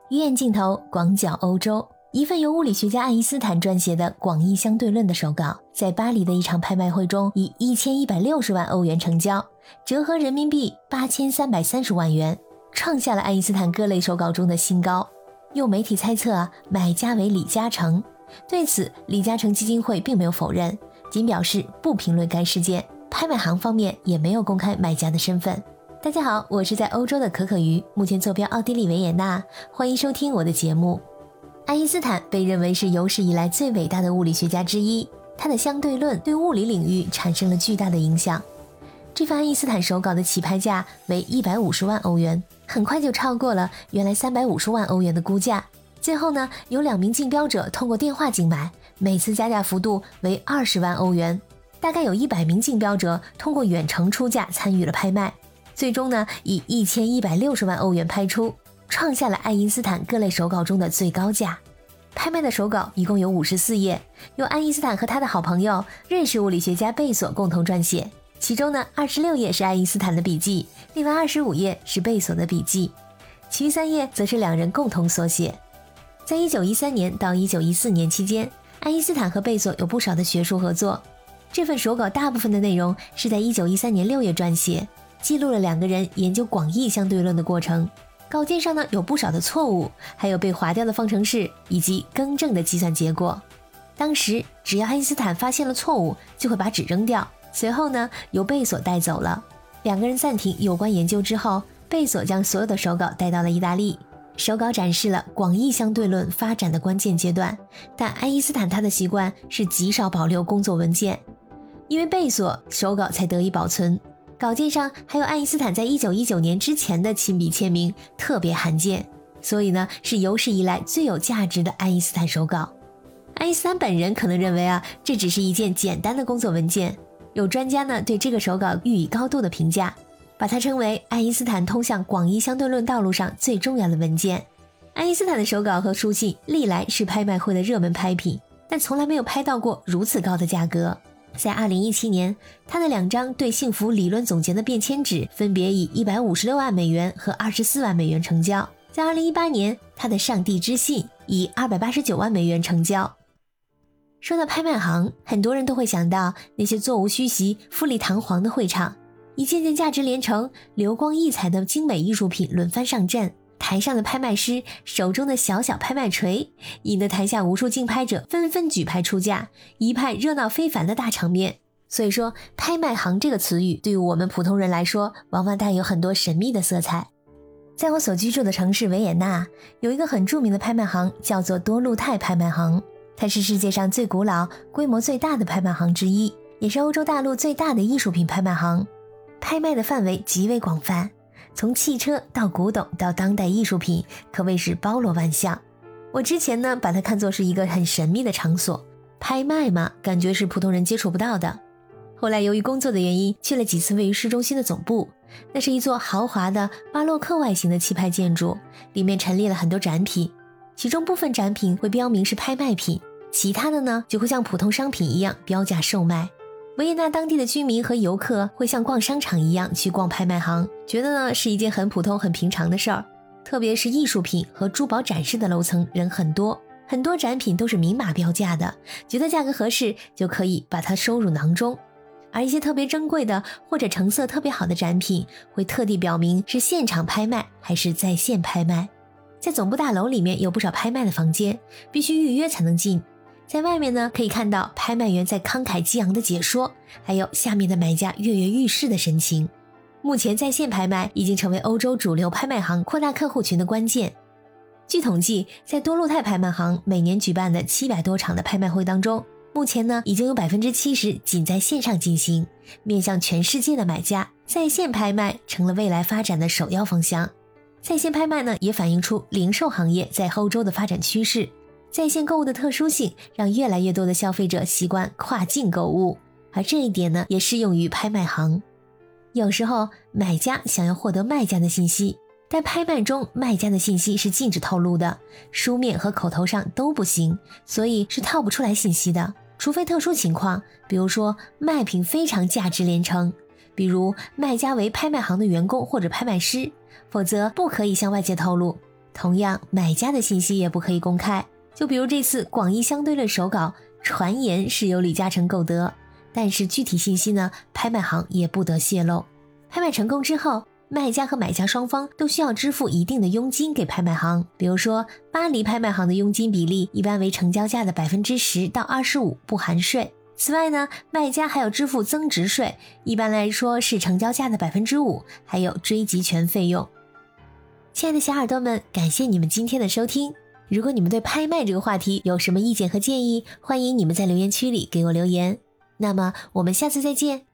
鱼眼镜头，广角欧洲。一份由物理学家爱因斯坦撰写的《广义相对论》的手稿，在巴黎的一场拍卖会中以1160万欧元成交，折合人民币8330万元，创下了爱因斯坦各类手稿中的新高。有媒体猜测买家为李嘉诚，对此李嘉诚基金会并没有否认，仅表示不评论该事件。拍卖行方面也没有公开买家的身份。大家好，我是在欧洲的可可鱼，目前坐标奥地利维也纳，欢迎收听我的节目。爱因斯坦被认为是有史以来最伟大的物理学家之一，他的相对论对物理领域产生了巨大的影响。这份爱因斯坦手稿的起拍价为150万欧元，很快就超过了原来350万欧元的估价。最后呢，有2名竞标者通过电话竞买，每次加价幅度为20万欧元，大概有100名竞标者通过远程出价参与了拍卖，最终呢以1160万欧元拍出，创下了爱因斯坦各类手稿中的最高价。拍卖的手稿一共有54页，由爱因斯坦和他的好朋友瑞士物理学家贝索共同撰写，其中呢26页是爱因斯坦的笔记，另外25页是贝索的笔记，其余3页则是2人共同所写。在1913年到1914年期间，爱因斯坦和贝索有不少的学术合作。这份手稿大部分的内容是在1913年6月撰写，记录了2个人研究广义相对论的过程。稿件上呢有不少的错误，还有被划掉的方程式以及更正的计算结果。当时只要爱因斯坦发现了错误，就会把纸扔掉，随后呢由贝索带走了。2个人暂停有关研究之后，贝索将所有的手稿带到了意大利。手稿展示了广义相对论发展的关键阶段，但爱因斯坦他的习惯是极少保留工作文件，因为贝索手稿才得以保存。稿件上还有爱因斯坦在1919年之前的亲笔签名，特别罕见，所以呢是有史以来最有价值的爱因斯坦手稿。爱因斯坦本人可能认为这只是一件简单的工作文件，有专家呢对这个手稿予以高度的评价，把它称为爱因斯坦通向广义相对论道路上最重要的文件。爱因斯坦的手稿和书信历来是拍卖会的热门拍品，但从来没有拍到过如此高的价格。在2017年，他的2张对幸福理论总结的便签纸分别以156万美元和24万美元成交。在2018年，他的上帝之信以289万美元成交。说到拍卖行，很多人都会想到那些座无虚席、富丽堂皇的会场，一件件价值连城、流光溢彩的精美艺术品轮番上阵，台上的拍卖师手中的小小拍卖锤，引得台下无数竞拍者纷纷举牌出价，一派热闹非凡的大场面。所以说，拍卖行这个词语对于我们普通人来说，往往带有很多神秘的色彩。在我所居住的城市维也纳，有一个很著名的拍卖行，叫做多路泰拍卖行，它是世界上最古老、规模最大的拍卖行之一，也是欧洲大陆最大的艺术品拍卖行。拍卖的范围极为广泛，从汽车到古董到当代艺术品，可谓是包罗万象。我之前呢把它看作是一个很神秘的场所，拍卖嘛，感觉是普通人接触不到的。后来由于工作的原因，去了几次位于市中心的总部，那是一座豪华的巴洛克外形的气派建筑，里面陈列了很多展品，其中部分展品会标明是拍卖品，其他的呢就会像普通商品一样标价售卖。维也纳当地的居民和游客会像逛商场一样去逛拍卖行，觉得呢是一件很普通很平常的事儿。特别是艺术品和珠宝展示的楼层人很多，很多展品都是明码标价的，觉得价格合适就可以把它收入囊中。而一些特别珍贵的或者成色特别好的展品，会特地表明是现场拍卖还是在线拍卖。在总部大楼里面有不少拍卖的房间，必须预约才能进。在外面呢，可以看到拍卖员在慷慨激昂的解说，还有下面的买家跃跃欲试的神情。目前在线拍卖已经成为欧洲主流拍卖行扩大客户群的关键。据统计，在多路泰拍卖行每年举办的700多场的拍卖会当中，目前呢已经有 70% 仅在线上进行，面向全世界的买家，在线拍卖成了未来发展的首要方向。在线拍卖呢，也反映出零售行业在欧洲的发展趋势。在线购物的特殊性让越来越多的消费者习惯跨境购物，而这一点呢也适用于拍卖行。有时候买家想要获得卖家的信息，但拍卖中卖家的信息是禁止透露的，书面和口头上都不行，所以是套不出来信息的。除非特殊情况，比如说卖品非常价值连城，比如卖家为拍卖行的员工或者拍卖师，否则不可以向外界透露。 同样，买家的信息也不可以公开。就比如这次广义相对论手稿，传言是由李嘉诚购得，但是具体信息呢，拍卖行也不得泄露。拍卖成功之后，卖家和买家双方都需要支付一定的佣金给拍卖行，比如说巴黎拍卖行的佣金比例一般为成交价的 10%到25%，不含税。此外呢，卖家还要支付增值税，一般来说是成交价的 5%， 还有追及权费用。亲爱的小耳朵们，感谢你们今天的收听。如果你们对拍卖这个话题有什么意见和建议，欢迎你们在留言区里给我留言。那么我们下次再见。